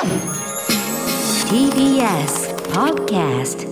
TBS Podcast。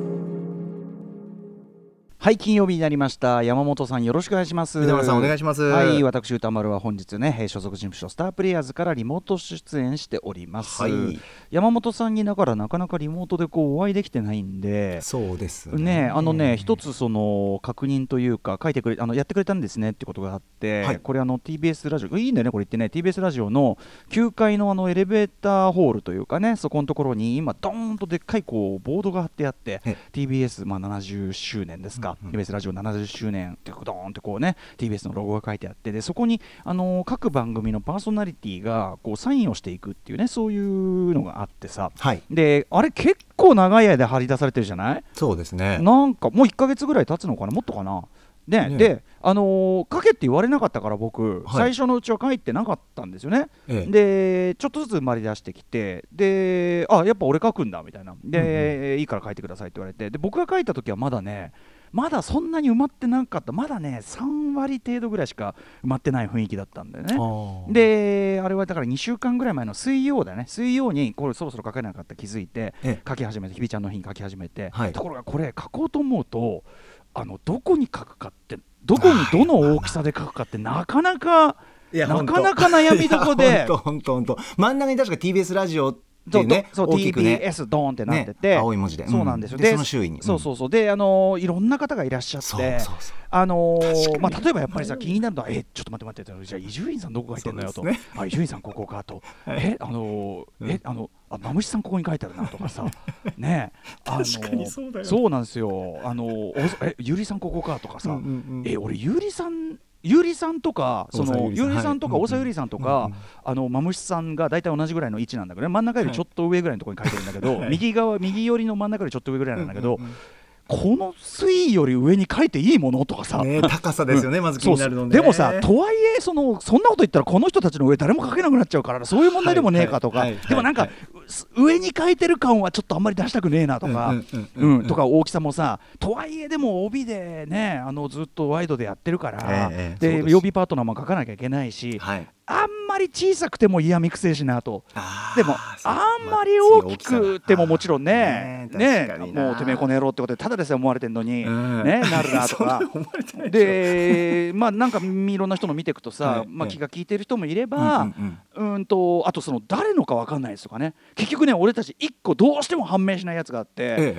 はい、金曜日になりました。山本さんよろしくお願いします。 歌丸さんお願いします。 はい、私歌丸は本日ね、所属事務所スタープレイヤーズからリモート出演しております、 はい、 山本さんにだからなかなかリモートでこうお会いできてないんで、 そうですね。 一つその確認というか書いてくれやってくれたんですねってことがあって、はい、これTBS ラジオいいんだよねこれ言ってね、 TBS ラジオの9階のエレベーターホールというかね、そこのところに今ドーンとでっかいこうボードが貼ってあって、TBS、70周年ですか、TBS ラジオ70周年ってドーンってこうね TBS のロゴが書いてあって、でそこに各番組のパーソナリティがこうサインをしていくっていうね、そういうのがあってさ、はい、であれ結構長い間張り出されてるじゃない。 そうですね。 なんかもう1ヶ月ぐらい経つのかな、もっとかな。で書けって言われなかったから僕、はい、最初のうちは書いてなかったんですよね、でちょっとずつ生まれ出してきて、でやっぱ俺書くんだみたいなで、いいから書いてくださいって言われて、で僕が書いた時はまだそんなに埋まってなかった、まだね3割程度ぐらいしか埋まってない雰囲気だったんだよね。であれはだから2週間ぐらい前の水曜だね、水曜にこれそろそろ書けなかった気づいて書き始めて、ひびちゃんの日に書き始めて、ところがこれ書こうと思うとどこに書くかって、どこにどの大きさで書くかってなかなか悩みどこで、 本当真ん中に確か TBS ラジオっていうね、 そう TBS ドーンってなってて、 青い文字で、 そうなんですよ。 でその周囲に、 そうでいろんな方がいらっしゃって、例えばやっぱりさ気になるのはちょっと待ってじゃあ伊集院さんどこ書いてんのよと、伊集院さんここかと、マムシさんここに書いてあるなとかさね、 確かにそうだよ。 そうなんですよ。ゆりさんここかとかさ、俺ゆりさんとかゆりさんとか大沢ゆりさんとかマムシさんが大体同じぐらいの位置なんだけど、真ん中よりちょっと上ぐらいのところに書いてるんだけど、右寄りの真ん中よりちょっと上ぐらいなんだけど、この水位より上に書いていいものとかさ、 高さですよね、まず気になるのね。 でもさ、とはいえそんなこと言ったらこの人たちの上誰も書けなくなっちゃうから、そういう問題でもねえかとか、でもなんか上に書いてる感はちょっとあんまり出したくねえなとか、とか大きさもさ、とはいえでも帯でねずっとワイドでやってるから、で曜日パートナーも書かなきゃいけないし、あんまり小さくても嫌みくせえしなと。でもあんまり大きくてももちろんねもうてめえこの野郎ってことでただでさえ思われてんのになるなとかで、なんかいろんな人の見ていくとさ、気が利いてる人もいれば、あと誰のか分かんないですとかね。結局ね俺たち一個どうしても判明しないやつがあって、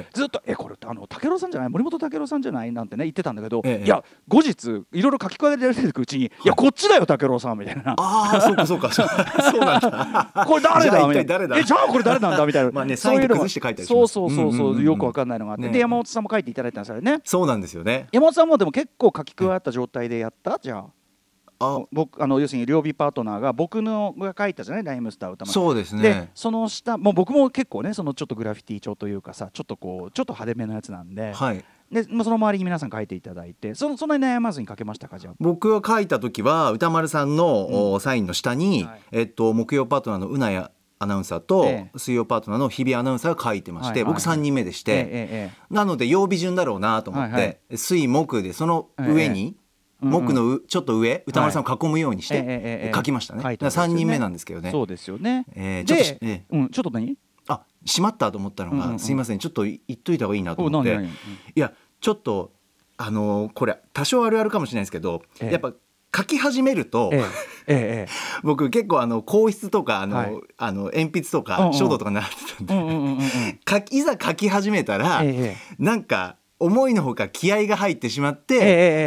ずっとこれ武郎さんじゃない、森本武郎さんじゃないなんてね言ってたんだけど、いや後日いろいろ書き換えられていくうちに、いやこっちだよ武郎さんみたいな。 そうかそうなんだ。 これ誰だみたいな。 誰だ。 じゃあこれ誰なんだみたいな。 サインで崩して書いたりします。 そうよくわかんないのがあって、で山本さんも書いていただいたんですよね。 そうなんですよね。 山本さんもでも結構書き加わった状態でやった。じゃあ僕要するに両備パートナーが僕のが書いたじゃない、ライムスター歌丸。 そうですね。 でその下もう僕も結構ねちょっとグラフィティ調というかさ、ちょっと派手めなやつなんで。でその周りに皆さん書いていただいて、そんなに悩まずに書けましたか。じゃあ僕が書いた時は歌丸さんのサインの下に、木曜パートナーのうなやアナウンサーと、水曜パートナーの日比アナウンサーが書いてまして、僕3人目でして、なので曜日順だろうなと思って、水木でその上に、木のちょっと上歌丸さんを囲むようにして書きましたね。3人目なんですけどね。 そうですよね。 ちょっと何しまったと思ったのが、すいませんちょっと言っといた方がいいなと思って、いやちょっとこれ多少あるあるかもしれないですけど、やっぱ書き始めると、僕結構硬筆とか鉛筆とか書道とか習ってたんで、いざ書き始めたら、なんか思いのほか気合が入ってしまって、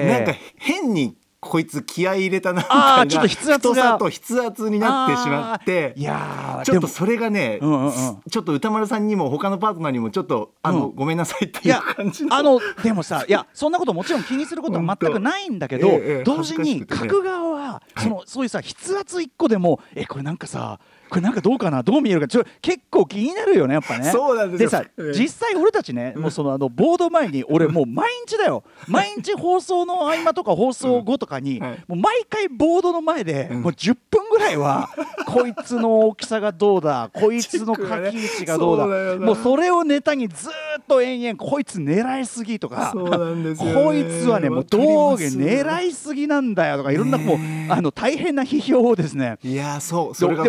なんか変にこいつ気合い入れたなみたいなちょっと筆圧が太さと筆圧になってしまって、 いやちょっとそれがね、ちょっと歌丸さんにも他のパートナーにもちょっとごめんなさいっていう感じの。 でもさ、いやそんなこともちろん気にすることは全くないんだけど、同時に書く側はそういうさ筆圧一個でもこれなんかさこれなんかどうかな、どう見えるか結構気になるよねやっぱね。 そうなんですよ。 でさ実際俺たちね、もうボード前に俺もう毎日だよ毎日放送の合間とか放送後とかに、もう毎回ボードの前でもう10分ぐらいはこいつの大きさがどうだ、こいつの書き位置がどうだ、もうそれをネタにずっと延々こいつ狙いすぎとか、 そうなんですよね、 こいつはねもう道芸狙いすぎなんだよとか、いろんなもう大変な批評をですね、 いやそれが怖くて間違い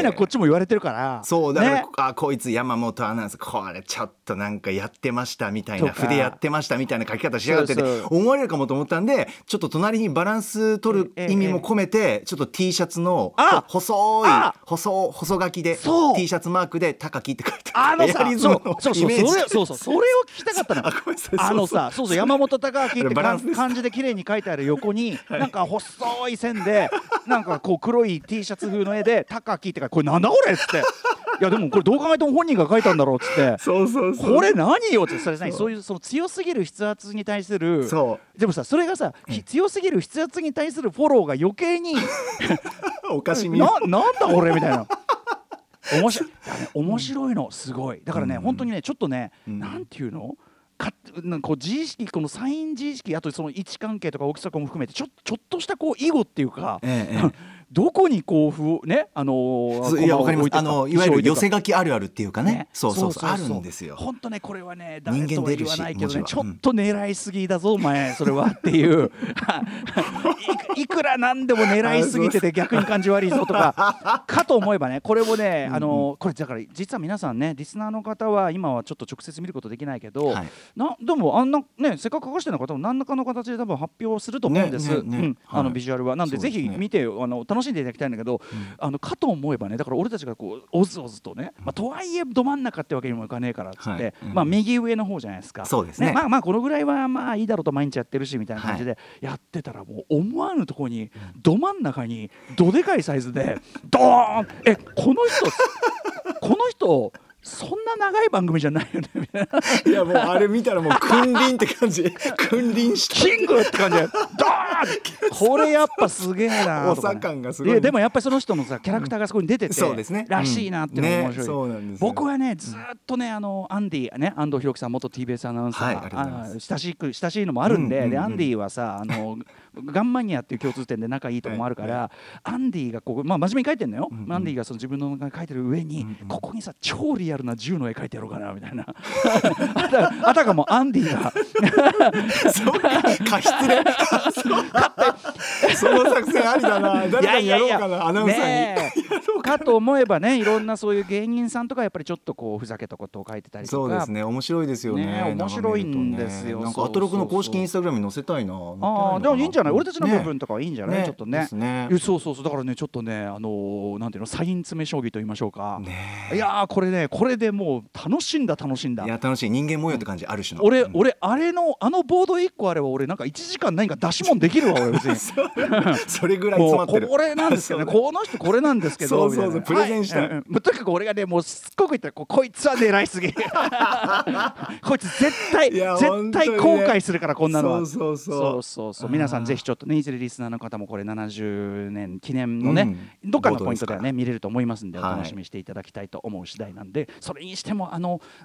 いなこっちも言われてるから、 そうだから、ね、こいつ山本アナウンサーこれちょっとなんかやってましたみたいな、筆やってましたみたいな書き方しやがってて思われるかもと思ったんで、ちょっと隣にバランス取る意味も込めて、ちょっと T シャツの細書きで T シャツマークで高木って書いてあるエアリズムのイメージ。 それを聞きたかったの。そう山本高明って漢字で綺麗に書いてある横になんか細い線でなんかこう黒い T シャツ風の絵で高木って書いて、これなんだこれっつって、いやでもこれどう考えても本人が書いたんだろうっつって、これ何よって、そういうその強すぎる筆圧に対する、でもさそれがさ、強すぎる筆圧に対するフォローが余計におかしみなんだ俺みたいな。面白いのすごい。だからね、本当にねちょっとね、なんていうのこう自意識、このサイン自意識、あとその位置関係とか大きさとかも含めてちょっとしたこう囲碁っていうか、どこにこうね、 いやわかります。いわゆる寄せ書きあるあるっていうかね、そうあるんですよ。 本当ねこれはね誰とは言わないけどね、ちょっと狙いすぎだぞお前それはっていういくらなんでも狙いすぎてて逆に感じ悪いぞとかかと思えばね、これもねこれだから実は皆さんね、リスナーの方は今はちょっと直接見ることできないけど、でもあんなねせっかく書かしてる方も何らかの形で多分発表すると思うんです、ビジュアルは。なんでぜひ見て楽しんでいただきたいんだけど、かと思えばね、だから俺たちがこうおずおずとね、とはいえど真ん中ってわけにもいかねえからっつって、右上の方じゃないですか。 そうですね。 まあこのぐらいはまあいいだろうと毎日やってるしみたいな感じでやってたら、もう思わぬところにど真ん中にどでかいサイズでドーン、この人そんな長い番組じゃないよねみたいな。 いやもうあれ見たらもう君臨って感じ君臨したキングって感じでドーンこれやっぱすげえなおさ感がすごい。 でもやっぱりその人のさキャラクターがそこに出てて、 そうですね、 らしいなっていうのが面白い、 そうなんですよ。 僕はねずっとねアンディね、安藤博樹さん元 TBS アナウンサー、親しいのもあるんで、でアンディはさガンマニアっていう共通点で仲いいとこもあるから、アンディがこう、真面目に書いてんのよ、アンディがその自分の書いてる上に、ここにさ超リアルな銃の絵描いてやろうかなみたいなあたかもアンディがそう過失でその作戦ありだな、誰かにやろうかな、アナウンサーにかと思えばね、いろんなそういう芸人さんとかやっぱりちょっとこうふざけたことを書いてたりとか、 そうですね、面白いですよね。 面白いんですよ。 なんかアトロクの公式インスタグラムに載せたいな。 でもいいんじゃない、俺たちの部分とかはいいんじゃない、ちょっとね。 そうだからねちょっとねなんていうの、サイン詰め将棋と言いましょうか。いやこれでもう楽しんだ。いや楽しい、人間模様って感じ、ある種の。 俺あれのボード1個あれば俺なんか1時間何か出し物できるわ俺別にそれぐらい詰まってる。 これなんですよねこの人これなんですけどそうプレゼンしたい。 とにかく俺がねもうすっごく言ったらこいつは狙いすぎこいつ絶対後悔するからこんなのは。そう皆さんぜひちょっとね、いずれリスナーの方もこれ70年記念のね、どっかのポイントではね見れると思いますんで、お楽しみしていただきたいと思う次第なんで、それにしても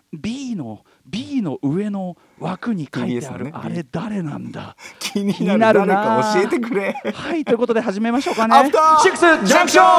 B の上の枠に書いてあるあれ誰なんだ、 気になる。誰か教えてくれ。 はい、ということで始めましょうかね。 アフターシックスジャンクショ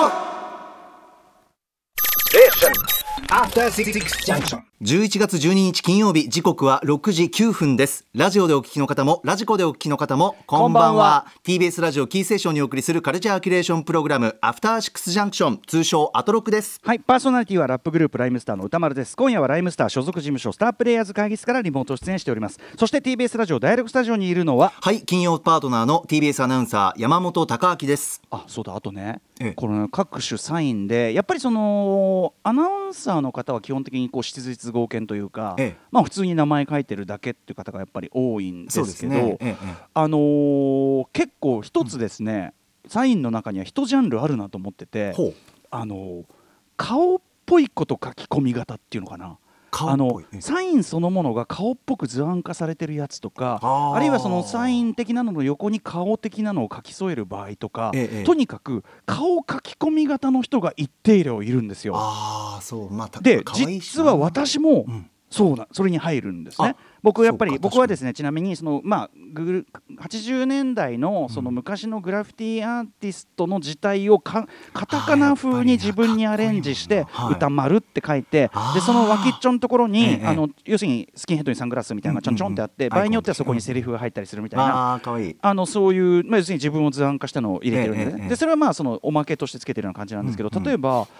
ン。 11月12日金曜日、時刻は6時9分です。ラジオでお聞きの方もラジコでお聞きの方もこんばんは。 TBS ラジオキーステーションにお送りするカルチャーキュレーションプログラム、アフターシックスジャンクション、通称アトロクです。 はい、パーソナリティはラップグループライムスターの歌丸です。今夜はライムスター所属事務所スタープレイヤーズ会議室からリモート出演しております。そして TBS ラジオ第6スタジオにいるのは、 はい、金曜パートナーの TBS アナウンサー山本貴明です。 そうだ、あとね、この各種サインでやっぱりそのアナウンサーの方は基本的にこう質実剛健というか、普通に名前書いてるだけっていう方がやっぱり多いんですけど、結構一つですね、サインの中には一ジャンルあるなと思ってて、顔っぽいこと書き込み型っていうのかな。サインそのものが顔っぽく図案化されてるやつとか、あるいはそのサイン的なのの横に顔的なのを書き添える場合とか、とにかく顔書き込み型の人が一定量いるんですよ。で実は私も、それに入るんですね。僕はですね、ちなみにその80年代のその昔のグラフィティアーティストの字体をカタカナ風に自分にアレンジして歌丸って書いて、でその脇っちょのところに要するにスキンヘッドにサングラスみたいなのがちょんちょんってあって、場合によってはそこにセリフが入ったりするみたいな、そういう要するに自分を図案化したのを入れてるんで、でそれはそのおまけとしてつけてるような感じなんですけど、例えば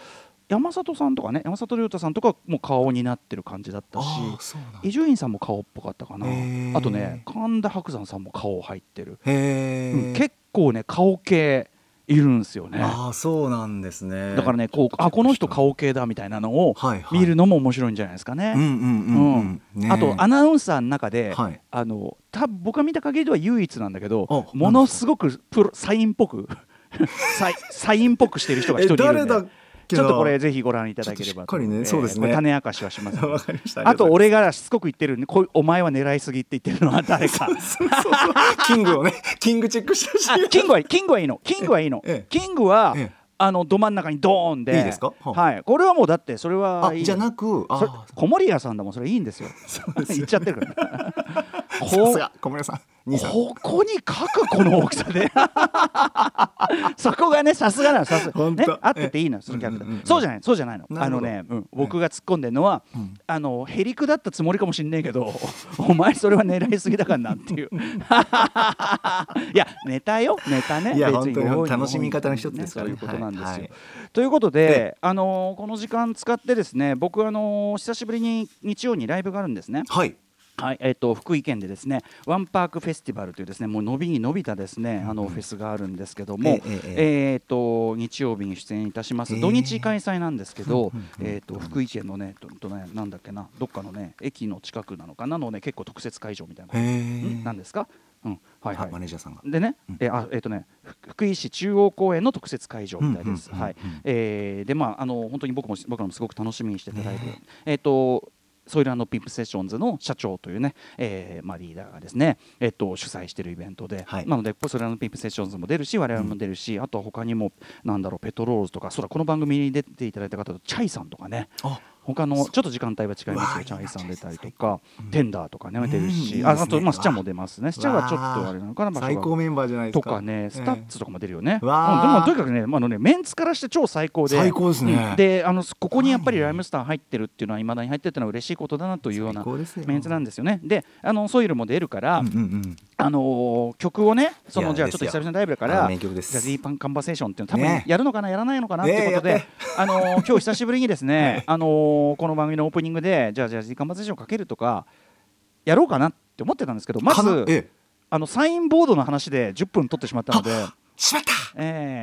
山里さんとかね、山里亮太さんとかも顔になってる感じだったし、伊集院さんも顔っぽかったかな。あとね神田伯山さんも顔入ってる。結構ね顔系いるんですよね。 そうなんですね。 だからねこの人顔系だみたいなのを見るのも面白いんじゃないですかね。あとアナウンサーの中で、多分僕が見た限りでは唯一なんだけど、ものすごくサインっぽくサインっぽくしてる人が一人いるんで、ちょっとこれぜひご覧いただければと。 そうですね。 種明かしはします。あと俺がしつこく言ってるんで、お前は狙いすぎって言ってるのは誰か。 キングをね、キングチェックしてほしい。 キングはいいの。キングはど真ん中にドーンでいいですか。はい。これはもうだってそれはいい。 じゃなく小森屋さんだもん、それいいんですよ。言っちゃってるから。 さすが小森屋さん。 ここに書くこの大きさでそこがねさすがなの、さすがね、あってていいのそのキャラクター。そうじゃないの。僕が突っ込んでるのはへりくだったつもりかもしんねえけど、お前それは狙いすぎだからなっていういやネタね。 いや本当に楽しみ方の一つですからね。 そういうことなんですよ。ということでこの時間使ってですね、僕久しぶりに日曜にライブがあるんですね。 はい。 はい、福井県でですねワンパークフェスティバルというですねもう伸びに伸びたですねフェスがあるんですけども、日曜日に出演いたします。土日開催なんですけど、福井県のねなんだっけな、どっかのね駅の近くなのかなのね結構特設会場みたいなことなんですか。マネージャーさんがでね、福井市中央公園の特設会場みたいです。で本当に僕らもすごく楽しみにしていただいて、ソイル&ピンプセッションズの社長というね、リーダーがですね、主催しているイベントで、なのでソイル&ピンプセッションズも出るし我々も出るし、あとは他にもペトローズとか、この番組に出ていただいた方とチャイさんとかね、他のちょっと時間帯は違いますけどチャイさん出たりとか、テンダーとかね出るし、あとスチャも出ますね。スチャはちょっとあれなのかな、 最高メンバーじゃないですか。 とかね、スタッツとかも出るよね。でもとにかくねメンツからして超最高で、 最高ですね。 でここにやっぱりライムスター入ってるっていうのは未だに入ってるっていうのは嬉しいことだなというようなメンツなんですよね。でソイルも出るから曲をねじゃあちょっと久々のライブだからジャズィーパンカンバセーションっていうの多分やるのかなやらないのかなっていうことで、今日久しぶりにですねこの番組のオープニングでじゃあジャズィーカンバセーションかけるとかやろうかなって思ってたんですけど、まずサインボードの話で10分取ってしまったので、 しまった、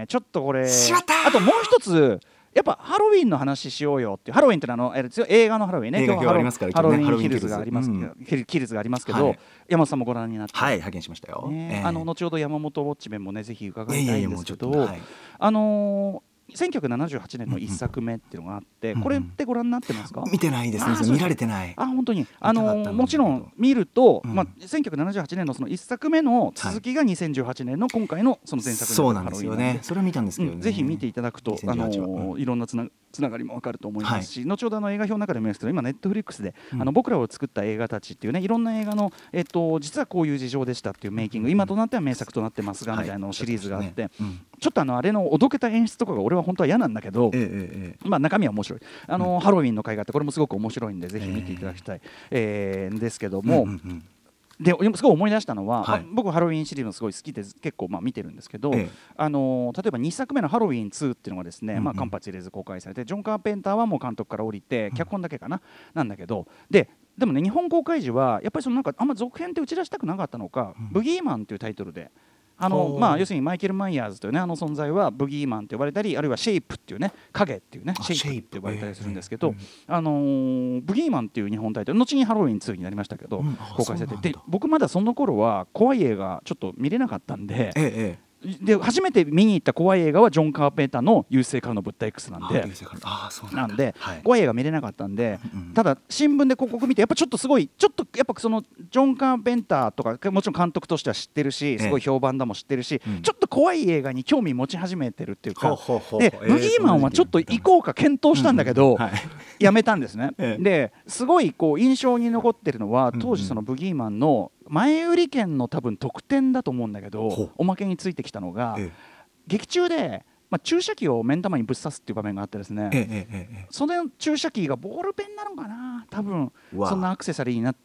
ちょっとこれあともう一つやっぱハロウィンの話しようよっていう。ハロウィンってのは映画のハロウィンね。今日はハロウィンヒルズがあります、キルズがありますけど、山本さんもご覧になって、 拝見しましたよ。 後ほど山本ウォッチメンもねぜひ伺いたいんですけど、1978年の1作目っていうのがあって、これってご覧になってますか？ 見てないですね。見られてない。 本当にもちろん見ると、1978年のその1作目の続きが2018年の今回のその前作のハロウィンなんで、それは見たんですけどね。 ぜひ見ていただくといろんなつながりも分かると思いますし、後ほど映画表の中でも言いますけど、今ネットフリックスで僕らを作った映画たちっていうねいろんな映画の実はこういう事情でしたっていうメイキング、今となっては名作となってますがみたいなシリーズがあって、ちょっとあれのおどけた演出とかが俺は本当は嫌なんだけど、中身は面白い。ハロウィンの会があってこれもすごく面白いんでぜひ見ていただきたいんですけども、ですごい思い出したのは、僕ハロウィンシリーズすごい好きで結構見てるんですけど、例えば2作目のハロウィン2っていうのがですね、間髪入れず公開されて、ジョン・カーペンターはもう監督から降りて脚本だけかな、なんだけど、でもね日本公開時はやっぱりあんま続編って打ち出したくなかったのか、ブギーマンっていうタイトルで要するにマイケル・マイヤーズというね存在はブギーマンと呼ばれたり、あるいはシェイプっていうね影っていうねシェイプって呼ばれたりするんですけど、ブギーマンっていう日本タイトル、後にハロウィン2になりましたけど、公開されて、で僕まだその頃は怖い映画ちょっと見れなかったんで、で初めて見に行った怖い映画はジョン・カーペンターの優勢からの物体 X なんで、怖い映画見れなかったんで、ただ新聞で広告見てやっぱちょっとやっぱそのジョン・カーペンターとかもちろん監督としては知ってるし、すごい評判だも知ってるし、ちょっと怖い映画に興味持ち始めてるっていうか、でブギーマンはちょっと行こうか検討したんだけどやめたんですね。ですごい印象に残ってるのは、当時そのブギーマンの前売り券の多分特典だと思うんだけど、おまけについてきたのが、劇中で、注射器を目ん玉にぶっ刺すっていう場面があってですね、その注射器がボールペンなのかな、多分そんなアクセサリーになって、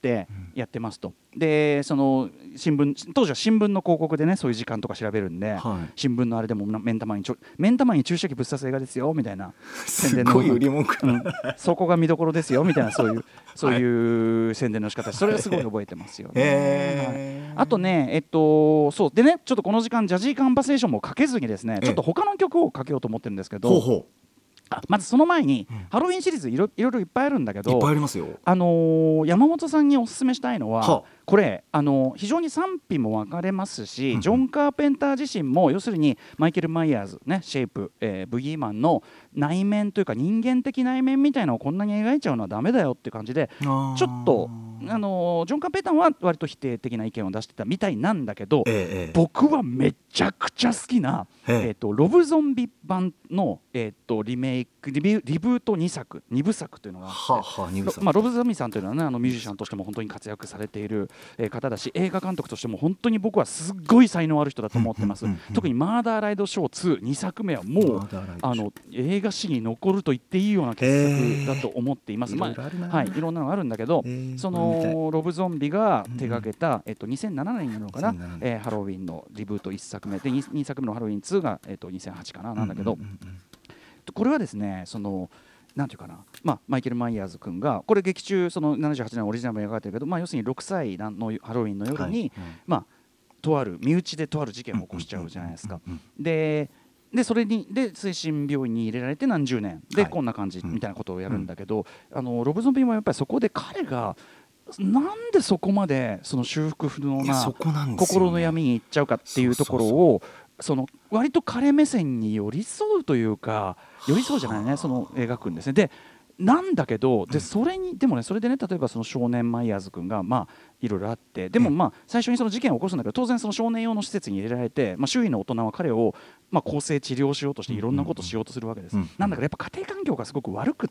やってますと。でその新聞、当時は新聞の広告でねそういう時間とか調べるんで、新聞のあれでも目ん玉に注射器ぶっ刺す映画ですよみたいな宣伝のすごい売り文句、 そこが見どころですよみたいなそういう宣伝の仕方、それはすごい覚えてますよね。あとねそうでね、ちょっとこの時間ジャジーカンバセーションもかけずにですね、ちょっと他の曲をかけようと思ってるんですけど、まずその前に、ハロウィンシリーズいろいろいっぱいあるんだけど、 いっぱいありますよ。 山本さんにおすすめしたいのは、これ非常に賛否も分かれますし、ジョン・カーペンター自身も要するにマイケル・マイヤーズ、ね、シェイプ、ブギーマンの内面というか人間的内面みたいなのをこんなに描いちゃうのはダメだよっていう感じで、ちょっとジョン・カーペンターは割と否定的な意見を出してたみたいなんだけど、僕はめちゃくちゃ好きな、ロブゾンビ版の、リメイクリブート2部作というのがあって、ロブゾンビさんというのは、ね、ミュージシャンとしても本当に活躍されている方だし、映画監督としても本当に僕はすっごい才能ある人だと思ってます。特にマーダーライドショー2作目はもう映画史に残ると言っていいような傑作だと思っています。いろんなのがあるんだけど、そのロブゾンビが手掛けた、2007年になるのかな、ハロウィンのリブート1作目で 2作目のハロウィン2が、2008かな、なんだけど、これはですねなんていうかな、マイケル・マイヤーズ君がこれ劇中その78年オリジナルも描かれてるけど、要するに6歳のハロウィンの夜に、とある身内でとある事件を起こしちゃうじゃないですか。でそれに精神病院に入れられて何十年でこんな感じみたいなことをやるんだけど、ロブゾンビもやっぱりそこで彼がなんでそこまでその修復不能な心の闇に行っちゃうかっていうところを割と彼目線に寄り添うというか、寄り添うじゃないね、その描くんですね。でなんだけどそれでね、例えばその少年マイヤーズ君がいろいろあって、でも最初にその事件を起こすんだけど、当然その少年用の施設に入れられて、周囲の大人は彼を更生治療しようとしていろんなことをしようとするわけです。なんだからやっぱ家庭環境がすごく悪くって、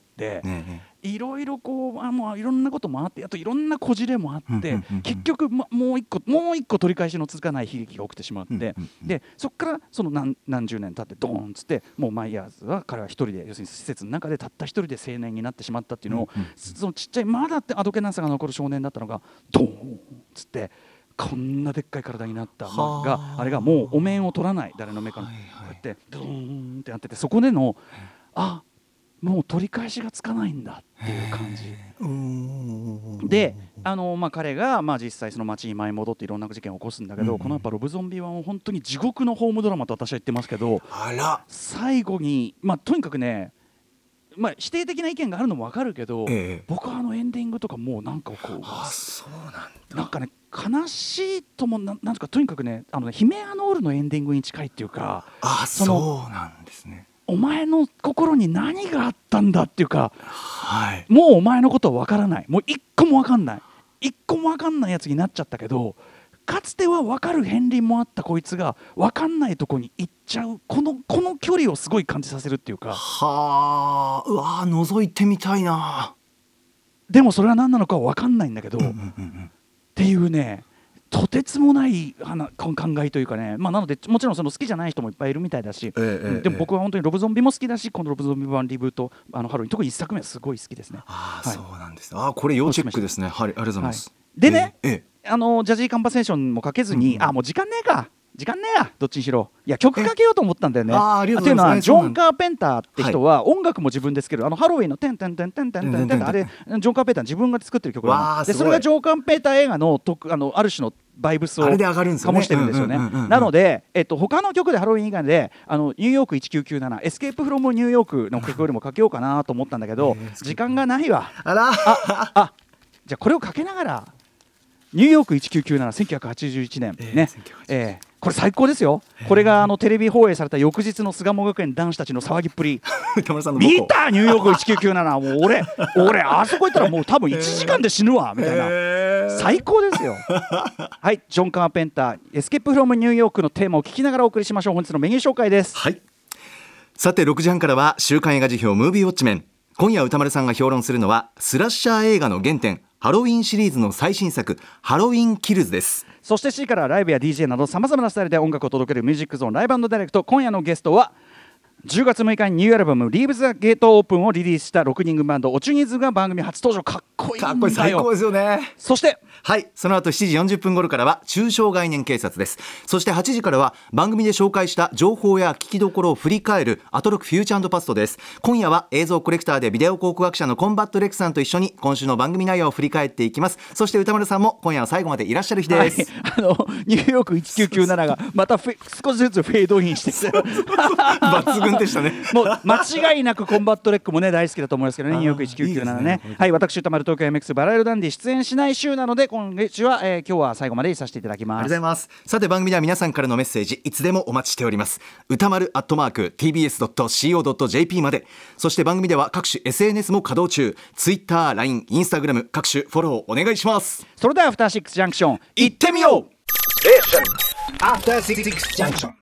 いろいろもういろんなこともあって、あといろんなこじれもあって、結局もう一個取り返しのつかない悲劇が起きてしまって、でそこからその何十年経ってドーンっつって、もうマイヤーズは彼は一人で、要するに施設の中でたった一人で青年になってしまったっていうのを、そのちっちゃいまだってあどけなさが残る少年だったのがドーンっつってこんなでっかい体になったあれがもうお面を取らない、誰の目かこうやってドーンってなってて、そこでのもう取り返しがつかないんだっていう感じで、彼が実際その街に舞い戻っていろんな事件を起こすんだけど、このやっぱロブゾンビは本当に地獄のホームドラマと私は言ってますけど、最後にとにかくね、否定的な意見があるのも分かるけど、僕はエンディングとかもうなんかこうなんかね、悲しいともなんとか、とにかくねヒメアノールのエンディングに近いっていうか、 そうなんですね。 お前の心に何があったんだっていうか、もうお前のことは分からない、もう一個も分かんないやつになっちゃったけど、かつては分かる片鱗もあったこいつが分かんないとこに行っちゃう、この距離をすごい感じさせるっていうか、 覗いてみたいな。 でもそれは何なのかは分かんないんだけど、っていうね、とてつもない考えというかね、なのでもちろんその好きじゃない人もいっぱいいるみたいだし、でも僕は本当にロブゾンビも好きだし、このロブゾンビ版リブートハロウィン特に1作目はすごい好きですね。 そうなんです。これ要チェックですね。ありがとうございます。 でね、ジャジーカンバセーションもかけずに、もう時間ねえや、どっちにしろ。いや、曲かけようと思ったんだよね。っていうのはジョン・カーペンターって人は音楽も自分で作る、ハロウィンのテンテンテンテンテンテンテン、あれジョン・カーペンター自分が作ってる曲なので、それがジョン・カーペンター映画のある種のバイブスを醸してるんですよね。なので、他の曲でハロウィン以外でニューヨーク1997エスケープフロムニューヨークの曲よりもかけようかなと思ったんだけど、時間がないわ。じゃあこれをかけながらニューヨーク1997、1981年ね、これ最高ですよ。これがテレビ放映された翌日の巣鴨学園男子たちの騒ぎっぷり見た。ニューヨーク1997、もう俺あそこ行ったらもう多分1時間で死ぬわみたいな、最高ですよ。はい、ジョン・カーペンターエスケープフロムニューヨークのテーマを聞きながらお送りしましょう。本日のメニュー紹介です。 さて6時半からは週刊映画辞表ムービーウォッチメン。今夜歌丸さんが評論するのはスラッシャー映画の原点、ハロウィンシリーズの最新作ハロウィンキルズです。 そして C からライブや DJ などさまざまなスタイルで音楽を届けるミュージックゾーンライブ&ダイレクト。今夜のゲストは10月6日にニューアルバムリーブ・ザ・ゲート・オープンをリリースした6人組バンドオチュニズが番組初登場。かっこいいんだよ。 最高ですよね。 そしてはい、その後7時40分頃からは中小概念警察です。そして8時からは番組で紹介した情報や聞きどころを振り返るアトロクフューチャー&パストです。今夜は映像コレクターでビデオ考古学者のコンバットレックさんと一緒に今週の番組内容を振り返っていきます。そして歌丸さんも今夜は最後までいらっしゃる日です、 ニューヨーク1997がまた少しずつフェードインして抜群でしたね。 もう間違いなくコンバットレックもね大好きだと思いますけどね、ニューヨーク1997ね。はい、私歌丸東京 MX バラエルダンディ出演しない週なので今月は、今日は最後までさせていただきます。 ありがとうございます。さて番組では皆さんからのメッセージいつでもお待ちしております。歌丸@tbs.co.jp まで。そして番組では各種 SNS も稼働中。 Twitter、LINE、Instagram 各種フォローお願いします。 それではアフターシックスジャンクション行ってみよう。 アフターシックスジャンクション。